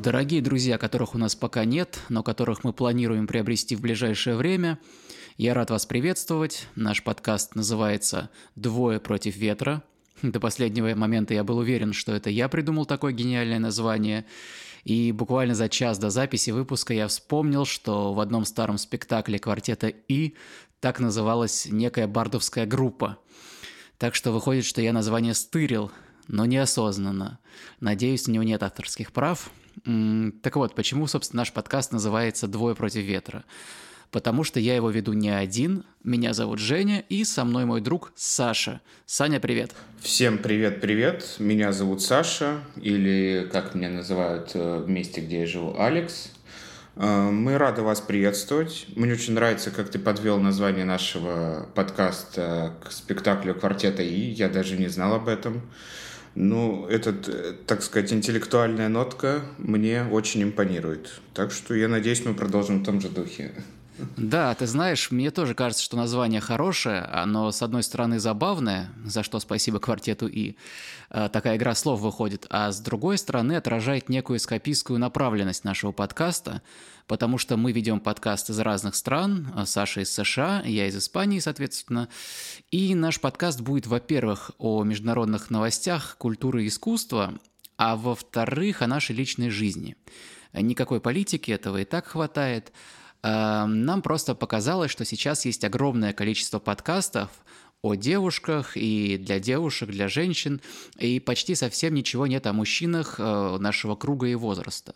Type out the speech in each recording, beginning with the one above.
Дорогие друзья, которых у нас пока нет, но которых мы планируем приобрести в ближайшее время, я рад вас приветствовать. Наш подкаст называется «Двое против ветра». До последнего момента я был уверен, что это я придумал такое гениальное название. И буквально за час до записи выпуска я вспомнил, что в одном старом спектакле квартета «И» так называлась некая бардовская группа. Так что выходит, что я название стырил, но неосознанно. Надеюсь, у него нет авторских прав. Так вот, почему, собственно, наш подкаст называется «Двое против ветра»? Потому что я его веду не один, меня зовут Женя, и со мной мой друг Саша. Саня, привет. Всем привет-привет, меня зовут Саша, или, как меня называют в месте, где я живу, Алекс. Мы рады вас приветствовать. Мне очень нравится, как ты подвел название нашего подкаста к спектаклю «Квартета И». Я даже не знал об этом. Ну, так сказать, интеллектуальная нотка мне очень импонирует. Так что я надеюсь, мы продолжим в том же духе. Да, ты знаешь, мне тоже кажется, что название хорошее, оно, с одной стороны, забавное, за что спасибо квартету И, такая игра слов выходит, а с другой стороны, отражает некую эскапистскую направленность нашего подкаста, потому что мы ведем подкаст из разных стран, Саша из США, я из Испании, соответственно, и наш подкаст будет, во-первых, о международных новостях, культуры и искусства, а во-вторых, о нашей личной жизни. Никакой политики, этого и так хватает. Нам просто показалось, что сейчас есть огромное количество подкастов о девушках и для девушек, для женщин, и почти совсем ничего нет о мужчинах нашего круга и возраста.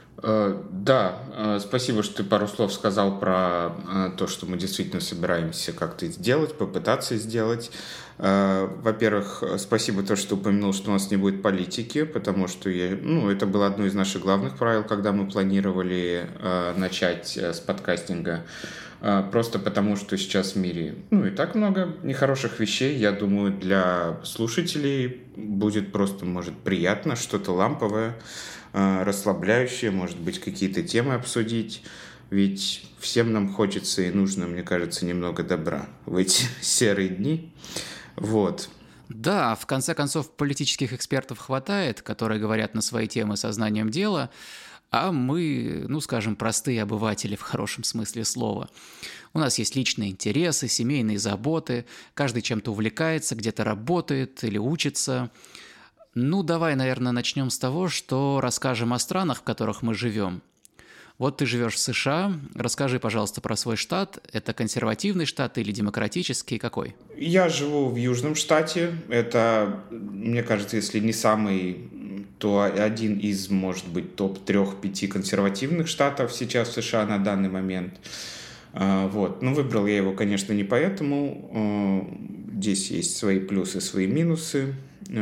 Да, спасибо, что ты пару слов сказал про то, что мы действительно собираемся как-то сделать, попытаться сделать. Во-первых, спасибо то, что ты упомянул, что у нас не будет политики, потому что это было одно из наших главных правил, когда мы планировали начать с подкастинга. Просто потому, что сейчас в мире и так много нехороших вещей. Я думаю, для слушателей будет просто, может, приятно, что-то ламповое, расслабляющее, может быть, какие-то темы обсудить. Ведь всем нам хочется и нужно, мне кажется, немного добра в эти серые дни. Вот. Да, в конце концов, политических экспертов хватает, которые говорят на свои темы сознанием дела, а мы, скажем, простые обыватели в хорошем смысле слова. У нас есть личные интересы, семейные заботы, каждый чем-то увлекается, где-то работает или учится. Давай, наверное, начнем с того, что расскажем о странах, в которых мы живем. Вот ты живешь в США, расскажи, пожалуйста, про свой штат. Это консервативный штат или демократический, какой? Я живу в Южном штате. Это, мне кажется, если не самый, то один из, может быть, топ-3-5 консервативных штатов сейчас в США на данный момент. Вот. Выбрал я его, конечно, не поэтому. Здесь есть свои плюсы, свои минусы.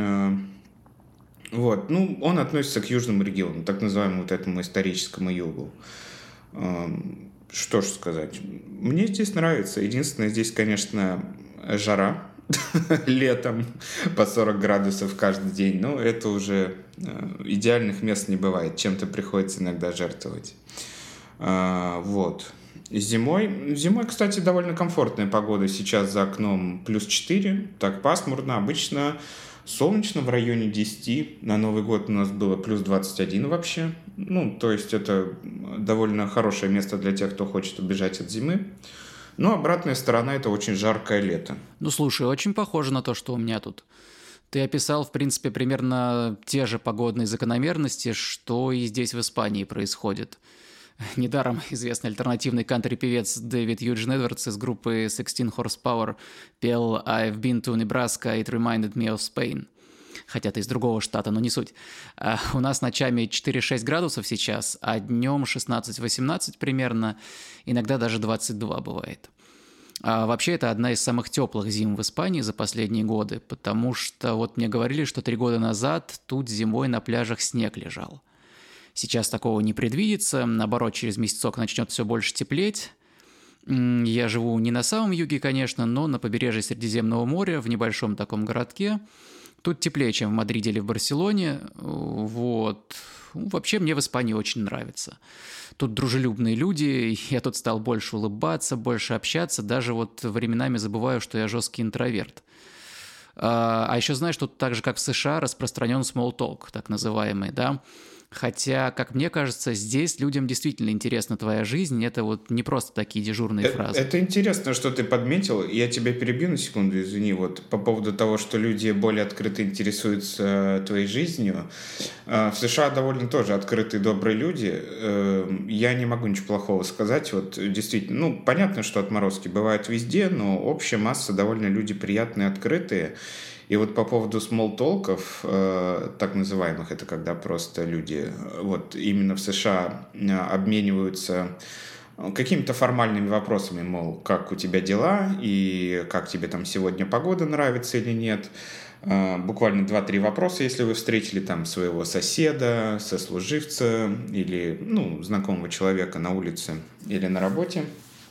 Вот. Он относится к южному региону, так называемому вот этому историческому югу. Что ж сказать. Мне здесь нравится. Единственное, здесь, конечно, жара летом по 40 градусов каждый день. Но это уже идеальных мест не бывает. Чем-то приходится иногда жертвовать. Вот. Зимой, кстати, довольно комфортная погода. Сейчас за окном плюс 4, так пасмурно. Обычно солнечно в районе 10. На Новый год у нас было плюс 21 вообще. То есть это довольно хорошее место для тех, кто хочет убежать от зимы. Но обратная сторона – это очень жаркое лето. Слушай, очень похоже на то, что у меня тут. Ты описал, в принципе, примерно те же погодные закономерности, что и здесь в Испании происходит. Недаром известный альтернативный кантри-певец Дэвид Юджин Эдвардс из группы 16 Horsepower пел «I've been to Nebraska, it reminded me of Spain». Хотя ты из другого штата, но не суть. У нас ночами 4-6 градусов сейчас, а днем 16-18 примерно, иногда даже 22 бывает. Вообще, это одна из самых теплых зим в Испании за последние годы, потому что вот мне говорили, что 3 года назад тут зимой на пляжах снег лежал. Сейчас такого не предвидится, наоборот, через месяцок начнет все больше теплеть. Я живу не на самом юге, конечно, но на побережье Средиземного моря, в небольшом таком городке. Тут теплее, чем в Мадриде или в Барселоне. Вот. Вообще, мне в Испании очень нравится. Тут дружелюбные люди, я тут стал больше улыбаться, больше общаться, даже вот временами забываю, что я жесткий интроверт. А еще знаешь, тут так же, как в США, распространен small talk, так называемый, да. Хотя, как мне кажется, здесь людям действительно интересна твоя жизнь. Это вот не просто такие дежурные фразы. Это интересно, что ты подметил. Я тебя перебью на секунду, извини. Вот по поводу того, что люди более открыто интересуются твоей жизнью. В США довольно тоже открытые, добрые люди. Я не могу ничего плохого сказать. Вот действительно, ну, понятно, что отморозки бывают везде, но общая масса довольно люди приятные, открытые. И вот по поводу смолтолков, так называемых, это когда просто люди вот именно в США обмениваются какими-то формальными вопросами, мол, как у тебя дела и как тебе там сегодня погода нравится или нет. Буквально 2-3 вопроса, если вы встретили там своего соседа, сослуживца или, ну, знакомого человека на улице или на работе.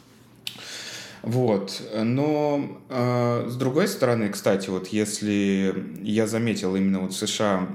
Вот. Но с другой стороны, кстати, вот если я заметил именно вот в США,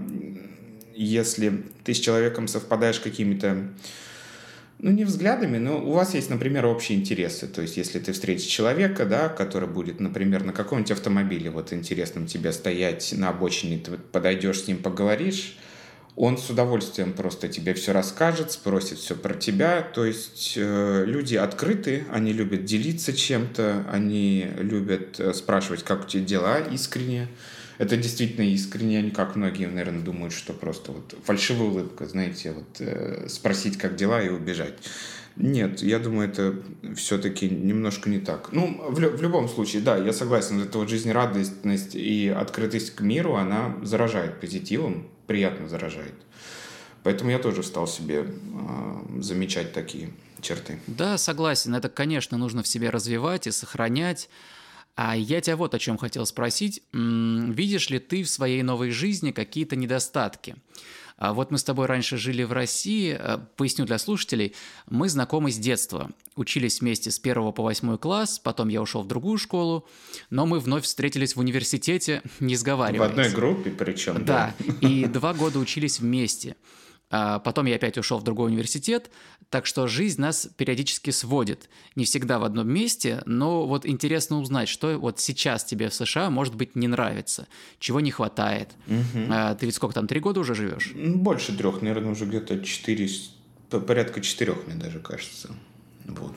если ты с человеком совпадаешь какими-то, ну, не взглядами, но у вас есть, например, общие интересы. То есть, если ты встретишь человека, да, который будет, например, на каком-нибудь автомобиле, вот интересным тебе стоять на обочине, ты подойдешь с ним, поговоришь, он с удовольствием просто тебе все расскажет, спросит все про тебя. То есть люди открыты, они любят делиться чем-то, они любят спрашивать, как у тебя дела, искренне. Это действительно искренне, не как многие, наверное, думают, что просто вот фальшивая улыбка, знаете, вот спросить, как дела, и убежать. Нет, я думаю, это все-таки немножко не так. Ну, в любом случае, да, я согласен, эта вот жизнерадостность и открытость к миру, она заражает позитивом, приятно заражает. Поэтому я тоже стал себе замечать такие черты. Да, согласен, это, конечно, нужно в себе развивать и сохранять. А я тебя вот о чем хотел спросить. Видишь ли ты в своей новой жизни какие-то недостатки? Вот мы с тобой раньше жили в России, поясню для слушателей, мы знакомы с детства. Учились вместе с 1 по 8 класс, потом я ушел в другую школу, но мы вновь встретились в университете, не сговариваясь. В одной группе причем. Да, и 2 года учились вместе. Потом я опять ушел в другой университет, так что жизнь нас периодически сводит. Не всегда в одном месте, но вот интересно узнать, что вот сейчас тебе в США, может быть, не нравится, чего не хватает. Ты ведь сколько там, 3 года уже живешь? Больше 3, наверное, уже где-то 4, порядка 4, мне даже кажется. Вот.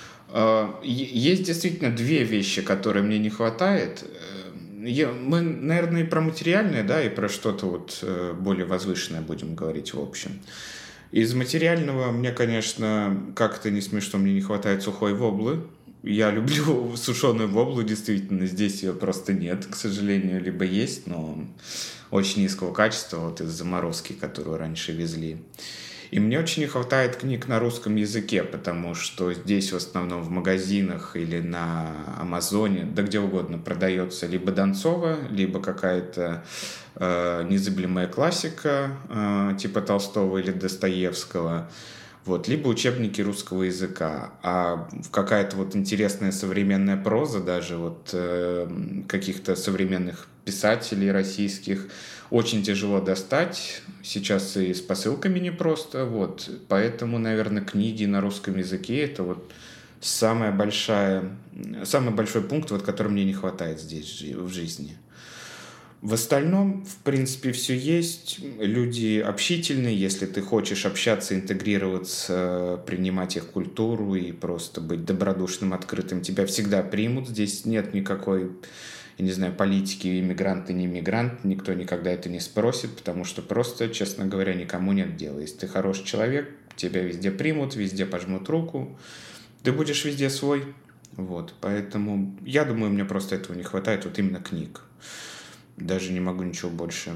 Есть действительно 2 вещи, которые мне не хватает. Мы, наверное, и про материальное, да, и про что-то вот более возвышенное будем говорить в общем. Из материального мне, конечно, как-то не смешно, мне не хватает сухой воблы. Я люблю сушеную воблу, действительно, здесь ее просто нет, к сожалению, либо есть, но очень низкого качества, вот из заморозки, которую раньше везли. И мне очень не хватает книг на русском языке, потому что здесь в основном в магазинах или на Амазоне, да где угодно продается либо Донцова, либо какая-то незыблемая классика типа Толстого или Достоевского, вот, либо учебники русского языка. А какая-то вот интересная современная проза, даже вот каких-то современных писателей российских, очень тяжело достать. Сейчас и с посылками непросто. Вот. Поэтому, наверное, книги на русском языке — это вот самый большой пункт, вот, который мне не хватает здесь в жизни. В остальном, в принципе, все есть. Люди общительные. Если ты хочешь общаться, интегрироваться, принимать их культуру и просто быть добродушным, открытым, тебя всегда примут. Здесь нет никакой, я не знаю, политики, иммигрант ты не иммигрант. Никто никогда это не спросит, потому что просто, честно говоря, никому нет дела. Если ты хороший человек, тебя везде примут, везде пожмут руку. Ты будешь везде свой. Вот. Поэтому я думаю, мне просто этого не хватает, вот именно книг. Даже не могу ничего больше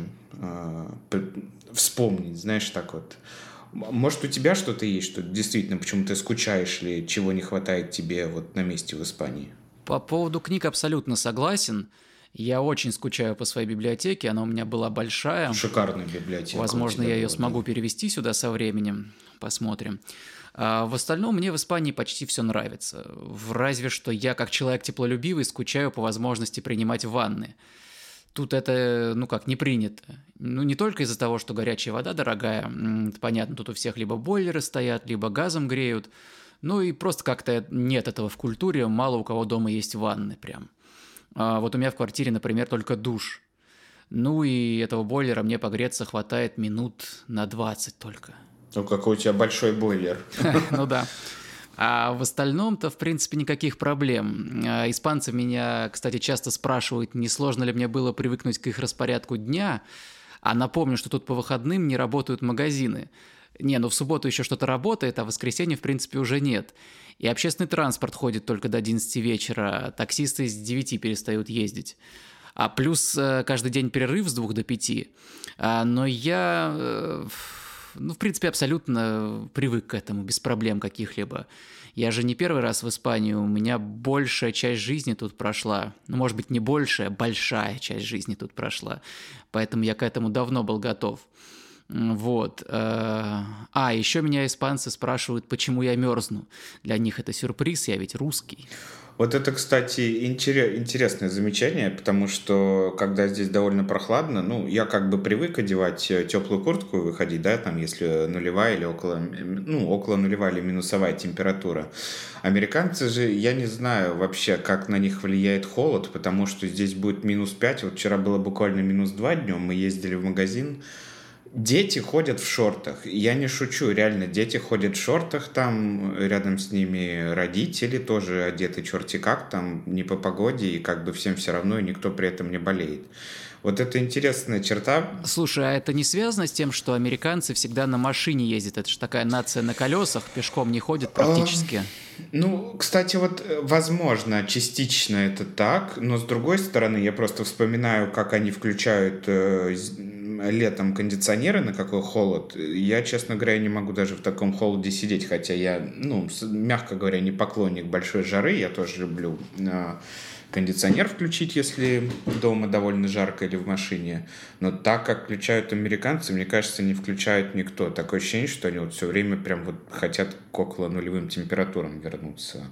вспомнить, знаешь, так вот. Может, у тебя что-то есть, что действительно, почему ты скучаешь или чего не хватает тебе вот на месте в Испании? По поводу книг абсолютно согласен. Я очень скучаю по своей библиотеке, она у меня была большая. Шикарная библиотека. Возможно, я ее смогу перевести сюда со временем, посмотрим. А в остальном мне в Испании почти все нравится. Разве что я, как человек теплолюбивый, скучаю по возможности принимать ванны. Тут это, не принято. Не только из-за того, что горячая вода дорогая, понятно, тут у всех либо бойлеры стоят, либо газом греют, и просто как-то нет этого в культуре, мало у кого дома есть ванны прям. Вот у меня в квартире, например, только душ. Ну и этого бойлера мне погреться хватает минут на 20 только. Ну, какой у тебя большой бойлер. Ну да. А в остальном-то, в принципе, никаких проблем. Испанцы меня, кстати, часто спрашивают, не сложно ли мне было привыкнуть к их распорядку дня. А напомню, что тут по выходным не работают магазины. Не, ну в субботу еще что-то работает, а в воскресенье, в принципе, уже нет. И общественный транспорт ходит только до 11 вечера, а таксисты с 9 перестают ездить. А плюс каждый день перерыв с 2 до 5. Но я, в принципе, абсолютно привык к этому, без проблем каких-либо. Я же не первый раз в Испанию, у меня большая часть жизни тут прошла. Ну, может быть, не большая, большая часть жизни тут прошла. Поэтому я к этому давно был готов. Вот. Еще меня испанцы спрашивают, почему я мерзну. Для них это сюрприз, я ведь русский. Вот это, кстати, интересное замечание, потому что когда здесь довольно прохладно, ну, я как бы привык одевать теплую куртку и выходить, да, там, если нулевая или около нулевая или минусовая температура. Американцы же, я не знаю вообще, как на них влияет холод, потому что здесь будет -5, вот вчера было буквально -2 днем, мы ездили в магазин. Дети ходят в шортах. Я не шучу, реально, дети ходят в шортах, там рядом с ними родители тоже одеты черти как, там не по погоде, и как бы всем все равно, и никто при этом не болеет. Вот это интересная черта. Слушай, а это не связано с тем, что американцы всегда на машине ездят? Это же такая нация на колесах, пешком не ходят практически. Ну, кстати, вот, возможно, частично это так, но с другой стороны, я просто вспоминаю, как они включают летом кондиционеры, на какой холод. Я, честно говоря, не могу даже в таком холоде сидеть, хотя я, мягко говоря, не поклонник большой жары, я тоже люблю кондиционер включить, если дома довольно жарко или в машине. Но так, как включают американцы, мне кажется, не включают никто. Такое ощущение, что они вот все время прям вот хотят к около нулевым температурам вернуться.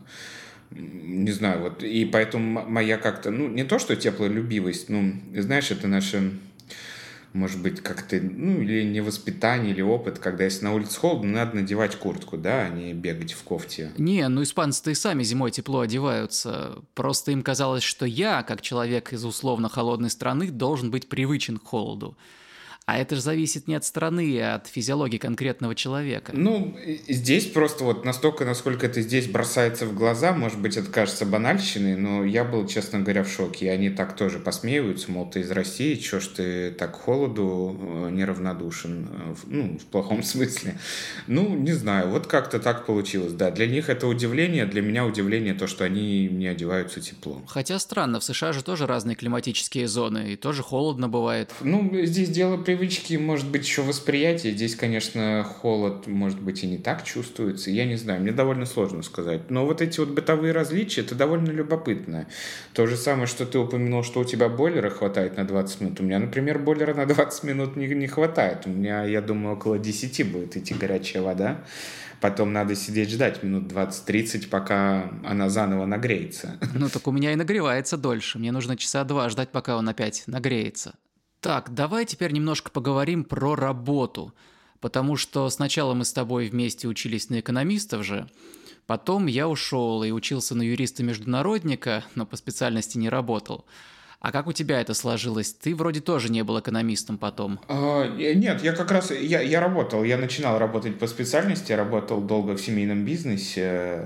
Не знаю, вот. И поэтому моя как-то, не то, что теплолюбивость, знаешь, это наша... Может быть, как-то, или невоспитание, или опыт, когда если на улице холодно, надо надевать куртку, да, а не бегать в кофте. Не, испанцы-то и сами зимой тепло одеваются. Просто им казалось, что я, как человек из условно холодной страны, должен быть привычен к холоду. А это же зависит не от страны, а от физиологии конкретного человека. Здесь просто вот настолько, насколько это здесь бросается в глаза, может быть, это кажется банальщиной, но я был, честно говоря, в шоке. И они так тоже посмеиваются, мол, ты из России, чё ж ты так к холоду неравнодушен, в плохом смысле. Не знаю, вот как-то так получилось, да. Для них это удивление, для меня удивление то, что они не одеваются тепло. Хотя странно, в США же тоже разные климатические зоны, и тоже холодно бывает. Здесь дело привычки, может быть, еще восприятие. Здесь, конечно, холод, может быть, и не так чувствуется. Я не знаю, мне довольно сложно сказать. Но вот эти вот бытовые различия, это довольно любопытно. То же самое, что ты упомянул, что у тебя бойлера хватает на 20 минут. У меня, например, бойлера на 20 минут не хватает. У меня, я думаю, около 10 будет идти горячая вода. Потом надо сидеть ждать минут 20-30, пока она заново нагреется. Так у меня и нагревается дольше. Мне нужно 2 часа ждать, пока он опять нагреется. Так, давай теперь немножко поговорим про работу. Потому что сначала мы с тобой вместе учились на экономистов же, потом я ушел и учился на юриста-международника, но по специальности не работал. А как у тебя это сложилось? Ты вроде тоже не был экономистом потом. Нет, я как раз, я работал, я начинал работать по специальности, я работал долго в семейном бизнесе,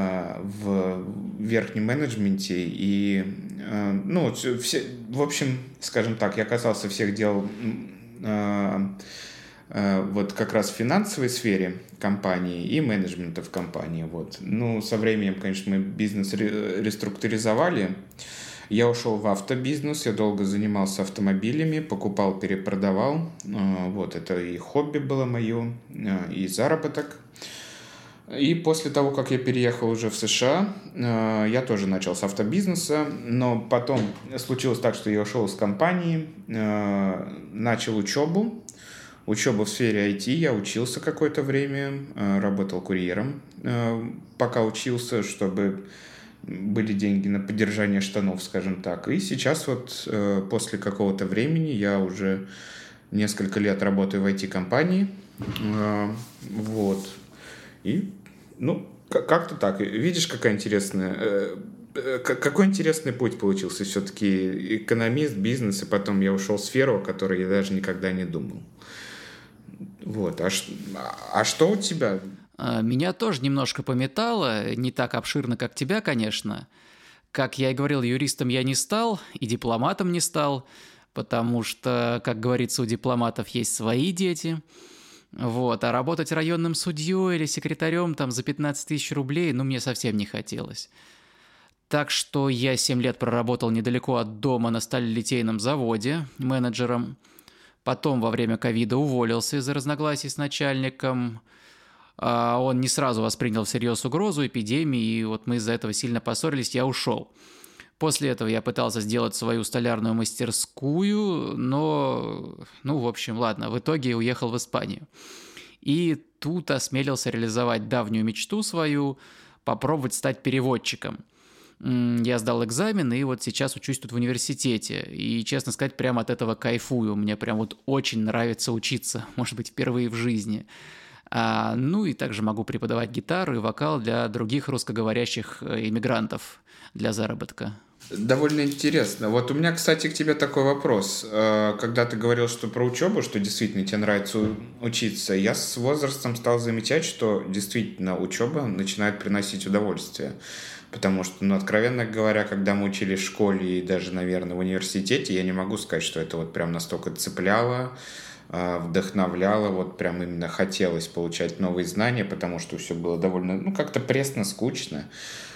в верхнем менеджменте, и, в общем, скажем так, я касался всех дел вот как раз в финансовой сфере компании и менеджмента в компании, вот. Со временем, конечно, мы бизнес реструктуризовали. Я ушел в автобизнес, я долго занимался автомобилями, покупал, перепродавал. Вот, это и хобби было мое, и заработок. И после того, как я переехал уже в США, я тоже начал с автобизнеса, но потом случилось так, что я ушел из компании, начал учебу в сфере IT, я учился какое-то время, работал курьером, пока учился, чтобы были деньги на поддержание штанов, скажем так. И сейчас вот после какого-то времени я уже несколько лет работаю в IT-компании. Вот. И, как-то так. Видишь, какая интересная... какой интересный путь получился. Все-таки экономист, бизнес, и потом я ушел в сферу, о которой я даже никогда не думал. Вот. А что у тебя? Меня тоже немножко пометало, не так обширно, как тебя, конечно. Как я и говорил, юристом я не стал, и дипломатом не стал, потому что, как говорится, у дипломатов есть свои дети. Вот, а работать районным судьей или секретарем там за 15 тысяч рублей, мне совсем не хотелось. Так что я 7 лет проработал недалеко от дома на сталелитейном заводе менеджером. Потом во время ковида уволился из-за разногласий с начальником. Он не сразу воспринял всерьез угрозу эпидемии, и вот мы из-за этого сильно поссорились, я ушел. После этого я пытался сделать свою столярную мастерскую, но, в общем, ладно, в итоге уехал в Испанию. И тут осмелился реализовать давнюю мечту свою, попробовать стать переводчиком. Я сдал экзамен, и вот сейчас учусь тут в университете. И, честно сказать, прямо от этого кайфую. Мне прям вот очень нравится учиться, может быть, впервые в жизни. И также могу преподавать гитару и вокал для других русскоговорящих иммигрантов для заработка. Довольно интересно. Вот у меня, кстати, к тебе такой вопрос. Когда ты говорил, что про учебу, что действительно тебе нравится учиться, я с возрастом стал замечать, что действительно учеба начинает приносить удовольствие. Потому что, откровенно говоря, когда мы учились в школе и даже, наверное, в университете, я не могу сказать, что это вот прям настолько цепляло, вдохновляло, вот прям именно хотелось получать новые знания, потому что все было довольно, как-то пресно, скучно.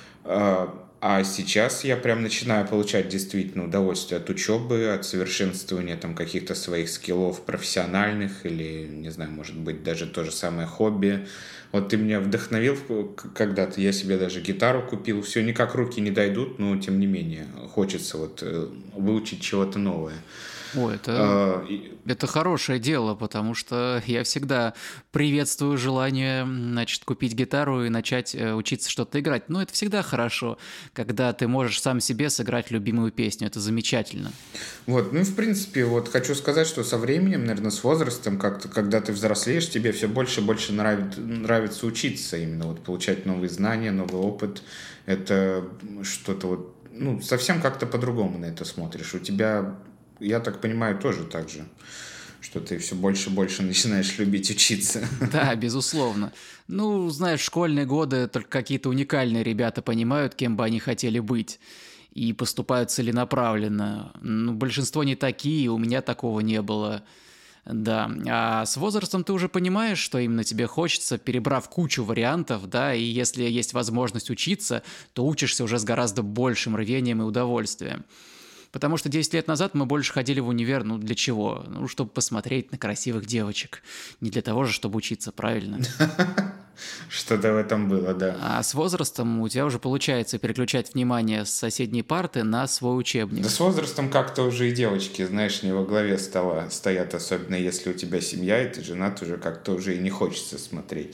А сейчас я прям начинаю получать действительно удовольствие от учебы, от совершенствования там каких-то своих скиллов профессиональных или, не знаю, может быть, даже то же самое хобби. Вот ты меня вдохновил когда-то, я себе даже гитару купил, все никак руки не дойдут, но тем не менее хочется вот выучить чего-то новое. Это хорошее дело, потому что я всегда приветствую желание, купить гитару и начать учиться что-то играть. Это всегда хорошо, когда ты можешь сам себе сыграть любимую песню. Это замечательно. Вот, в принципе, вот хочу сказать, что со временем, наверное, с возрастом, как-то, когда ты взрослеешь, тебе все больше и больше нравится учиться, именно вот получать новые знания, новый опыт. Это что-то совсем как-то по-другому на это смотришь. У тебя, я так понимаю, тоже так же, что ты все больше и больше начинаешь любить учиться. Да, безусловно. Знаешь, в школьные годы только какие-то уникальные ребята понимают, кем бы они хотели быть, и поступают целенаправленно. Большинство не такие, у меня такого не было. Да, а с возрастом ты уже понимаешь, что именно тебе хочется, перебрав кучу вариантов, да, и если есть возможность учиться, то учишься уже с гораздо большим рвением и удовольствием. Потому что 10 лет назад мы больше ходили в универ, для чего? Чтобы посмотреть на красивых девочек. Не для того же, чтобы учиться, правильно? Что-то в этом было, да. А с возрастом у тебя уже получается переключать внимание с соседней парты на свой учебник. Да с возрастом как-то уже и девочки, знаешь, не во главе стола стоят, особенно если у тебя семья, и ты женат, уже как-то уже и не хочется смотреть.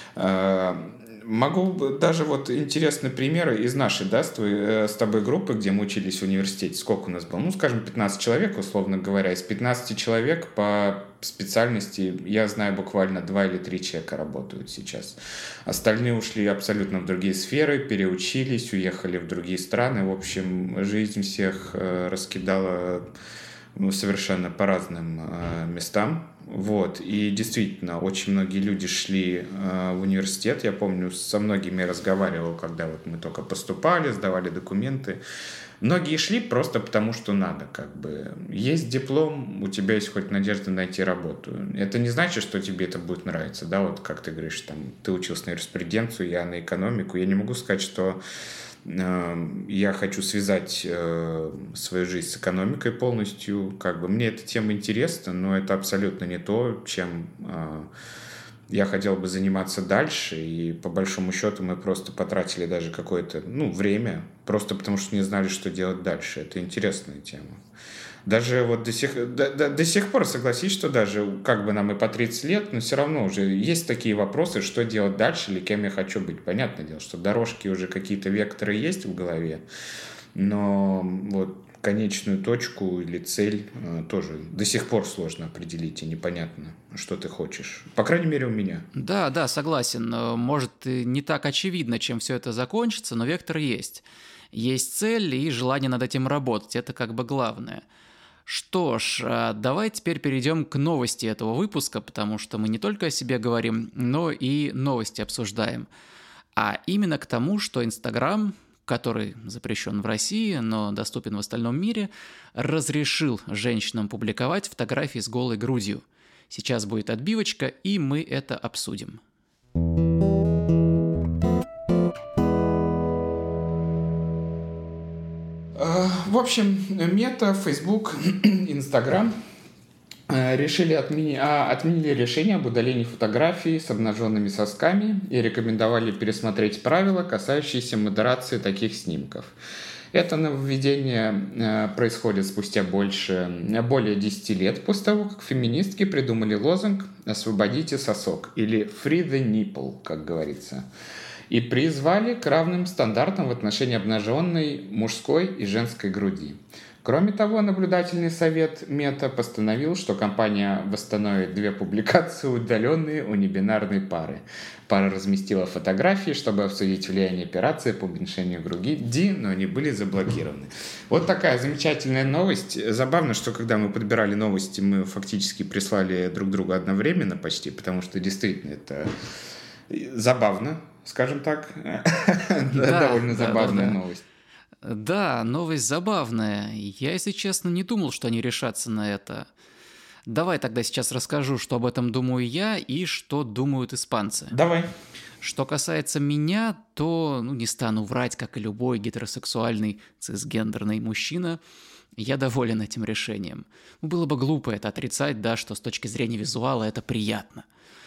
Могу даже вот интересные примеры из нашей, да, с тобой группы, где мы учились в университете. Сколько у нас было? Скажем, 15 человек, условно говоря. Из 15 человек по специальности я знаю буквально 2 или 3 человека работают сейчас. Остальные ушли абсолютно в другие сферы, переучились, уехали в другие страны. В общем, жизнь всех раскидала совершенно по разным местам. Вот. И действительно, очень многие люди шли в университет. Я помню, со многими разговаривал, когда вот мы только поступали, сдавали документы. Многие шли просто потому, что надо. Есть диплом, у тебя есть хоть надежда найти работу. Это не значит, что тебе это будет нравиться. Да? Вот как ты говоришь, ты учился на юриспруденцию, я на экономику. Я не могу сказать, что я хочу связать свою жизнь с экономикой полностью. Мне эта тема интересна, но это абсолютно не то, чем я хотел бы заниматься дальше. И по большому счету мы просто потратили даже какое-то время, просто потому что не знали, что делать дальше. Это интересная тема. Даже вот до сих пор, согласись, что даже как бы нам и по 30 лет, но все равно уже есть такие вопросы, что делать дальше или кем я хочу быть. Понятное дело, что дорожки уже какие-то векторы есть в голове, но вот конечную точку или цель тоже до сих пор сложно определить, и непонятно, что ты хочешь. По крайней мере, у меня. Да, да, согласен. Может, и не так очевидно, чем все это закончится, но вектор есть. Есть цель и желание над этим работать. Это как бы главное. Что ж, давай теперь перейдем к новости этого выпуска, потому что мы не только о себе говорим, но и новости обсуждаем. А именно к тому, что Инстаграм, который запрещен в России, но доступен в остальном мире, разрешил женщинам публиковать фотографии с голой грудью. Сейчас будет отбивочка, и мы это обсудим. В общем, Мета, Facebook, Instagram отменили решение об удалении фотографий с обнаженными сосками и рекомендовали пересмотреть правила, касающиеся модерации таких снимков. Это нововведение происходит спустя более 10 лет после того, как феминистки придумали лозунг «Освободите сосок» или «Free the nipple», как говорится, и призвали к равным стандартам в отношении обнаженной мужской и женской груди. Кроме того, наблюдательный совет Мета постановил, что компания восстановит 2 публикации, удаленные у небинарной пары. Пара разместила фотографии, чтобы обсудить влияние операции по уменьшению груди, но они были заблокированы. Вот такая замечательная новость. Забавно, что когда мы подбирали новости, мы фактически прислали друг другу одновременно почти, потому что действительно это забавно, скажем так. Довольно забавная новость. Да, новость забавная. Я, если честно, не думал, что они решатся на это. Давай тогда сейчас расскажу, что об этом думаю я и что думают испанцы. Давай. Что касается меня, то не стану врать, как и любой гетеросексуальный цисгендерный мужчина. Я доволен этим решением. Было бы глупо это отрицать, да, что с точки зрения визуала это приятно.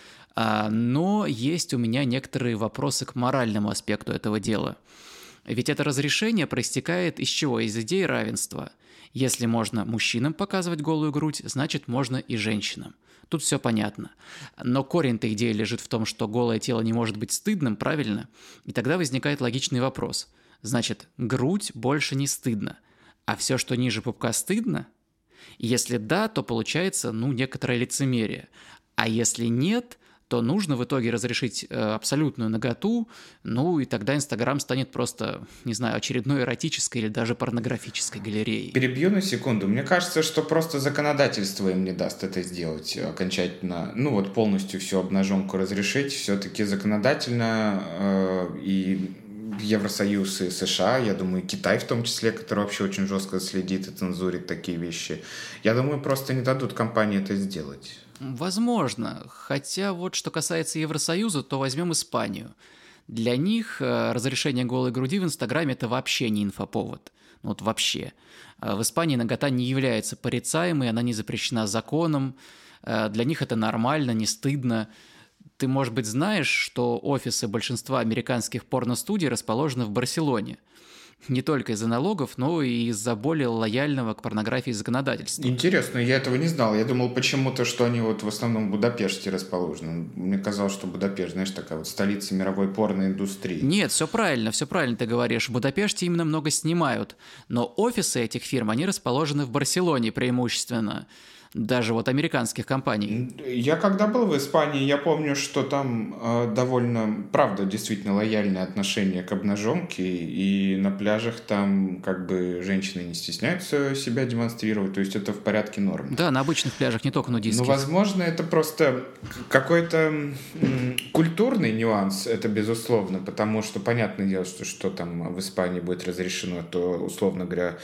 Но есть у меня некоторые вопросы к моральному аспекту этого дела. Ведь это разрешение проистекает из чего? Из идеи равенства. Если можно мужчинам показывать голую грудь, значит можно и женщинам. Тут все понятно. Но корень-то идеи лежит в том, что голое тело не может быть стыдным, правильно? И тогда возникает логичный вопрос. Значит, грудь больше не стыдно. А все, что ниже пупка, стыдно? И если да, то получается, некоторое лицемерие. А если нет, то нужно в итоге разрешить абсолютную наготу, и тогда Инстаграм станет просто, не знаю, очередной эротической или даже порнографической галереей. Перебью на секунду. Мне кажется, что просто законодательство им не даст это сделать окончательно, полностью всю обнаженку разрешить. Все-таки законодательно и Евросоюз и США, я думаю, и Китай в том числе, который вообще очень жестко следит и цензурит такие вещи, я думаю, просто не дадут компании это сделать. Возможно. Хотя вот что касается Евросоюза, то возьмем Испанию. Для них разрешение голой груди в Инстаграме – это вообще не инфоповод. Вообще. В Испании нагота не является порицаемой, она не запрещена законом. Для них это нормально, не стыдно. Ты, может быть, знаешь, что офисы большинства американских порностудий расположены в Барселоне. Не только из-за налогов, но и из-за более лояльного к порнографии законодательства. Интересно, я этого не знал. Я думал почему-то, что они в основном в Будапеште расположены. Мне казалось, что Будапешт, знаешь, такая столица мировой порноиндустрии. Нет, все правильно ты говоришь. В Будапеште именно много снимают. Но офисы этих фирм, они расположены в Барселоне преимущественно. Даже американских компаний. Я когда был в Испании, я помню, что там довольно, правда, действительно лояльное отношение к обнаженке, и на пляжах там женщины не стесняются себя демонстрировать, то есть это в порядке нормы. Да, на обычных пляжах, не только нудистских. Возможно, это просто какой-то культурный нюанс, это безусловно, потому что понятное дело, что там в Испании будет разрешено, то, условно говоря,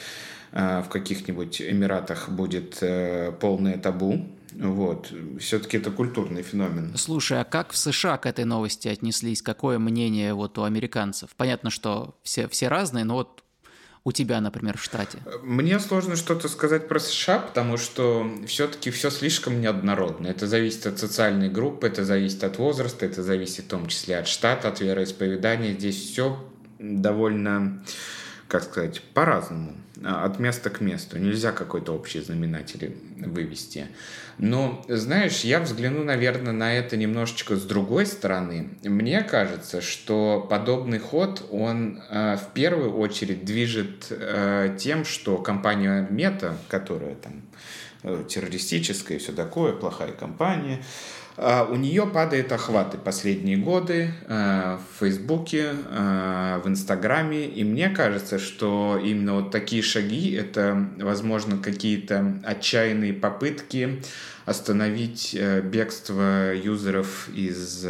в каких-нибудь Эмиратах будет полное табу. Все-таки это культурный феномен. Слушай, а как в США к этой новости отнеслись? Какое мнение у американцев? Понятно, что все разные, но у тебя, например, в штате. Мне сложно что-то сказать про США, потому что все-таки все слишком неоднородно. Это зависит от социальной группы, это зависит от возраста, это зависит в том числе от штата, от вероисповедания. Здесь все довольно как сказать, по-разному, от места к месту. Нельзя какой-то общий знаменатель вывести. Но, знаешь, я взгляну, наверное, на это немножечко с другой стороны. Мне кажется, что подобный ход, он в первую очередь движет тем, что компания Meta, которая там террористическая и все такое, плохая компания, у нее падают охваты последние годы в Фейсбуке, в Инстаграме, и мне кажется, что именно вот такие шаги — это, возможно, какие-то отчаянные попытки остановить бегство юзеров из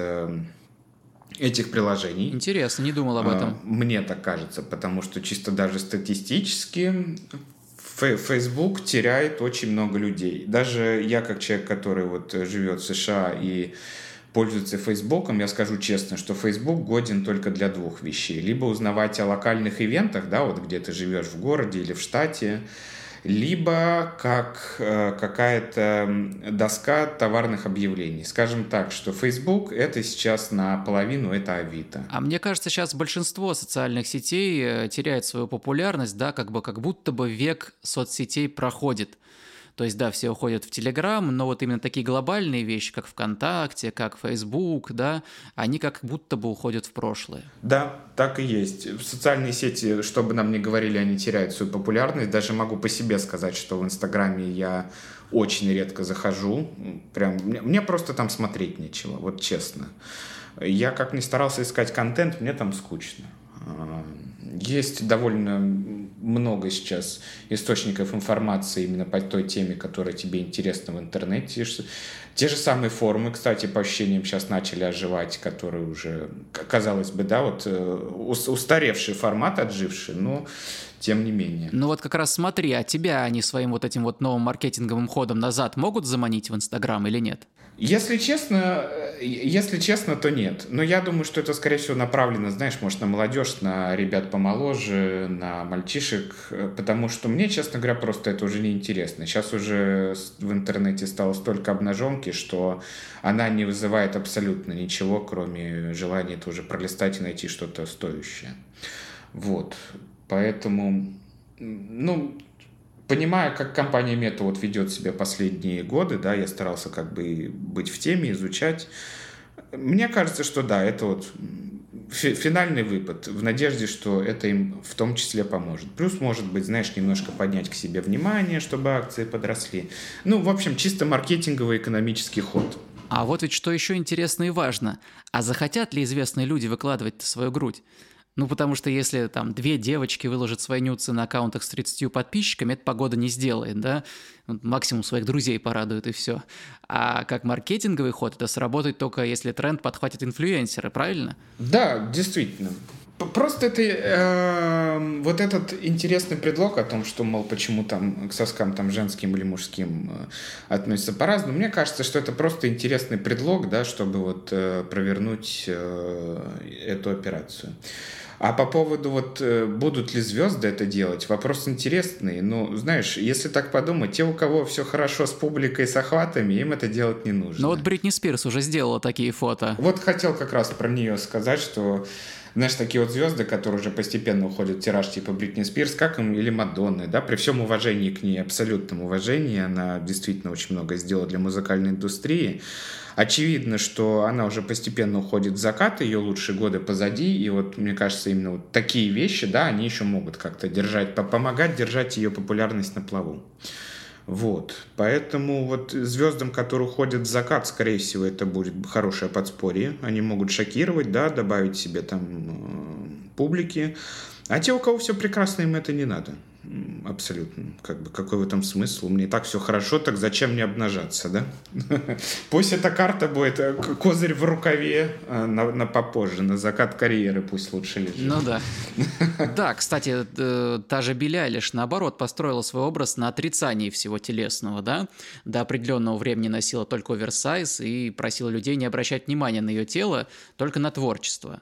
этих приложений. Интересно, не думал об этом. Мне так кажется, потому что чисто даже статистически Facebook теряет очень много людей. Даже я, как человек, который вот живет в США и пользуется Фейсбуком, я скажу честно, что Facebook годен только для двух вещей. Либо узнавать о локальных ивентах, да, вот где ты живешь в городе или в штате, либо как какая-то доска товарных объявлений. Скажем так, что Facebook — это сейчас наполовину это Авито. А мне кажется, сейчас большинство социальных сетей теряет свою популярность, да, как будто бы век соцсетей проходит. То есть, да, все уходят в Telegram, но вот именно такие глобальные вещи, как ВКонтакте, как Facebook, да, они как будто бы уходят в прошлое. Да, так и есть. В социальные сети, что бы нам ни говорили, они теряют свою популярность. Даже могу по себе сказать, что в Инстаграме я очень редко захожу. Прям, мне просто там смотреть нечего, вот честно. Я как ни старался искать контент, мне там скучно. Есть довольно много сейчас источников информации именно по той теме, которая тебе интересна в интернете. Те же самые форумы, кстати, по ощущениям сейчас начали оживать, которые уже, казалось бы, да, вот устаревший формат, отживший, но тем не менее. Ну вот как раз смотри, а тебя они своим вот этим вот новым маркетинговым ходом назад могут заманить в Инстаграм или нет? Если честно, то нет. Но я думаю, что это, скорее всего, направлено, знаешь, может, на молодежь, на ребят помоложе, на мальчишек, потому что мне, честно говоря, просто это уже неинтересно. Сейчас уже в интернете стало столько обнаженки, что она не вызывает абсолютно ничего, кроме желания тоже пролистать и найти что-то стоящее. Вот. Поэтому, понимая, как компания Meta вот ведет себя последние годы, да, я старался как бы быть в теме, изучать. Мне кажется, что да, это вот финальный выпад, в надежде, что это им в том числе поможет. Плюс, может быть, знаешь, немножко поднять к себе внимание, чтобы акции подросли. В общем, чисто маркетинговый экономический ход. А вот ведь что еще интересно и важно. А захотят ли известные люди выкладывать свою грудь? Потому что если там 2 девочки выложат свои нюцы на аккаунтах с 30 подписчиками, это погода не сделает, да? Максимум своих друзей порадует и все. А как маркетинговый ход это сработает только если тренд подхватит инфлюенсеры, правильно? Да, действительно. Просто это вот этот интересный предлог о том, что, мол, почему там к соскам там женским или мужским относятся по-разному, мне кажется, что это просто интересный предлог, да, чтобы вот провернуть эту операцию. А по поводу вот будут ли звезды это делать, вопрос интересный. Знаешь, если так подумать, те, у кого все хорошо с публикой, с охватами, им это делать не нужно. Но вот Бритни Спирс уже сделала такие фото. Вот хотел как раз про нее сказать, что, знаешь, такие вот звезды, которые уже постепенно уходят в тираж, типа Бритни Спирс, как им, или Мадонны, да, при всем уважении к ней, абсолютном уважении, она действительно очень много сделала для музыкальной индустрии. Очевидно, что она уже постепенно уходит в закат, ее лучшие годы позади, и вот, мне кажется, именно вот такие вещи, да, они еще могут как-то помогать держать ее популярность на плаву. Вот, поэтому вот звездам, которые уходят в закат, скорее всего, это будет хорошее подспорье, они могут шокировать, да, добавить себе там публики, а те, у кого все прекрасно, им это не надо. Абсолютно. Какой в этом смысл? У меня и так все хорошо, так зачем мне обнажаться, да? Пусть эта карта будет козырь в рукаве на попозже, на закат карьеры пусть лучше лежит. Ну да. Да, кстати, та же Билли Айлиш, наоборот, построила свой образ на отрицании всего телесного, да? До определенного времени носила только оверсайз и просила людей не обращать внимания на ее тело, только на творчество.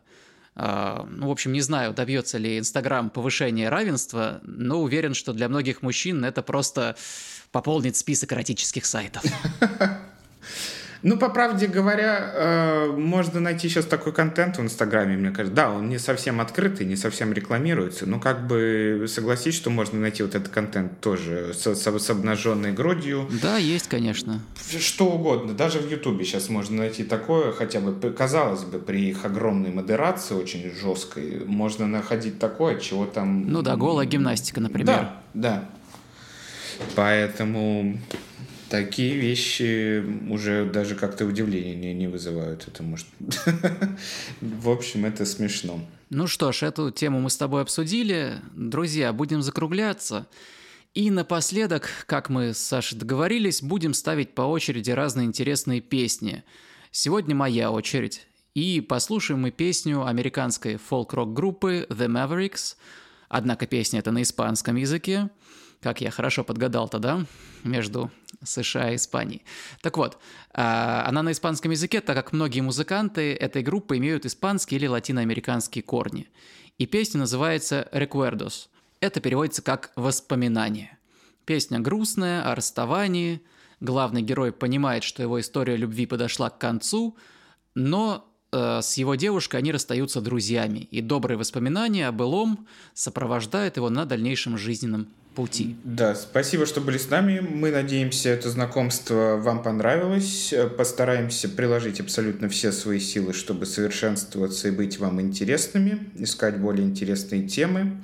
В общем, не знаю, добьется ли Инстаграм повышения равенства, но уверен, что для многих мужчин это просто пополнит список эротических сайтов. Ну, по правде говоря, можно найти сейчас такой контент в Инстаграме, мне кажется. Да, он не совсем открытый, не совсем рекламируется, но как бы согласись, что можно найти вот этот контент тоже с обнаженной грудью. Да, есть, конечно. Что угодно. Даже в Ютубе сейчас можно найти такое, хотя бы, казалось бы, при их огромной модерации, очень жесткой, можно находить такое, чего там... Ну да, голая гимнастика, например. Да. Поэтому... Такие вещи уже даже как-то удивления не вызывают. Это может... В общем, это смешно. Ну что ж, эту тему мы с тобой обсудили. Друзья, будем закругляться. И напоследок, как мы с Сашей договорились, будем ставить по очереди разные интересные песни. Сегодня моя очередь. И послушаем мы песню американской фолк-рок-группы The Mavericks. Однако песня эта на испанском языке. Как я хорошо подгадал-то, да? Между США и Испанией. Так вот, она на испанском языке, так как многие музыканты этой группы имеют испанские или латиноамериканские корни. И песня называется «Recuerdos». Это переводится как «воспоминания». Песня грустная, о расставании. Главный герой понимает, что его история любви подошла к концу, но с его девушкой они расстаются друзьями, и добрые воспоминания о былом сопровождают его на дальнейшем жизненном пути. Да, спасибо, что были с нами. Мы надеемся, это знакомство вам понравилось. Постараемся приложить абсолютно все свои силы, чтобы совершенствоваться и быть вам интересными, искать более интересные темы,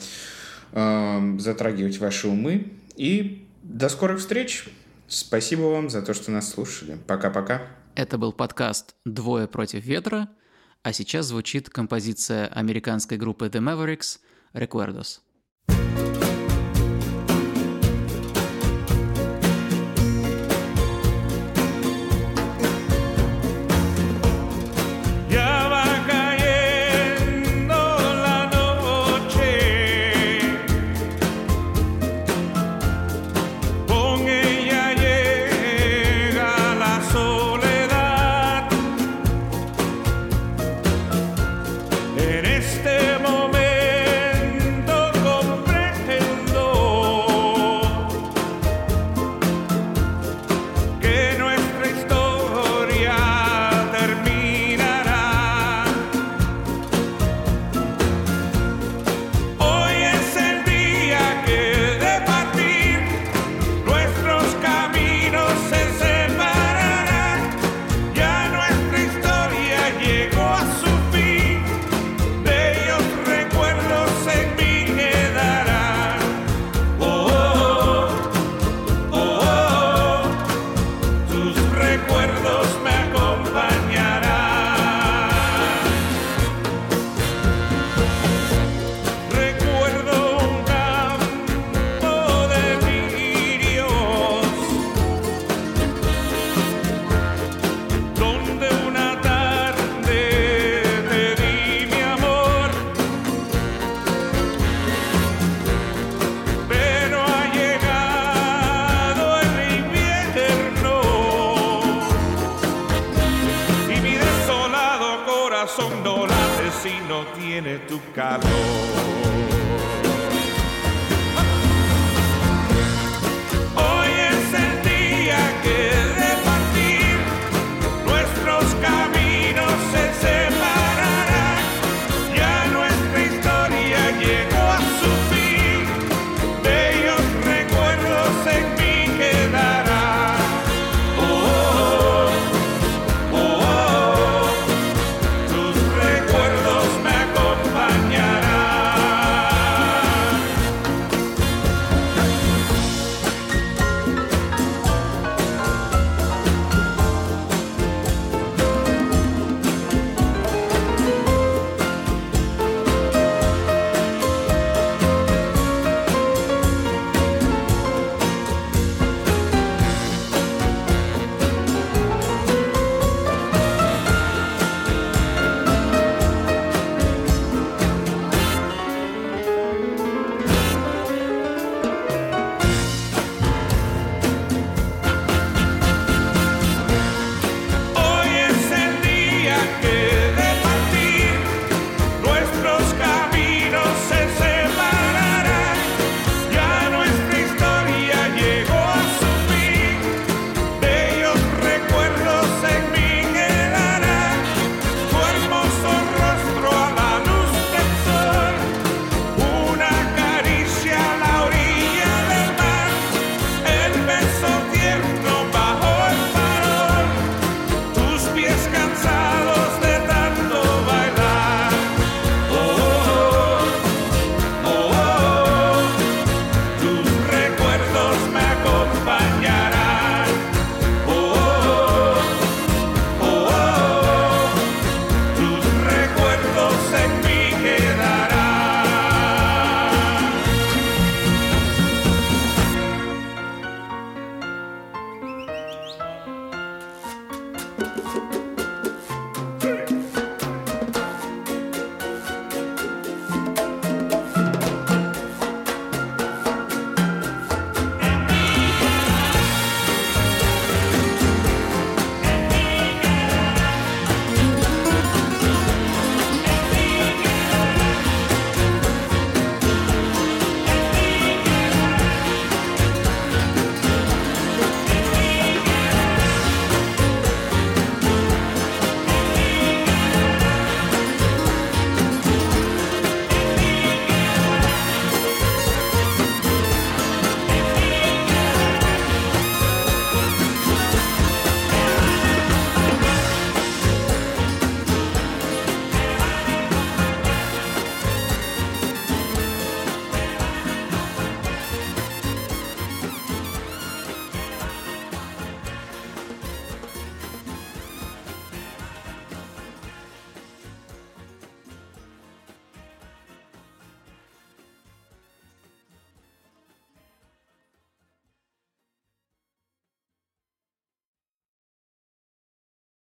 затрагивать ваши умы. И до скорых встреч. Спасибо вам за то, что нас слушали. Пока-пока. Это был подкаст «Двое против ветра», а сейчас звучит композиция американской группы The Mavericks «Recuerdos». corazón no late si no tiene tu calor.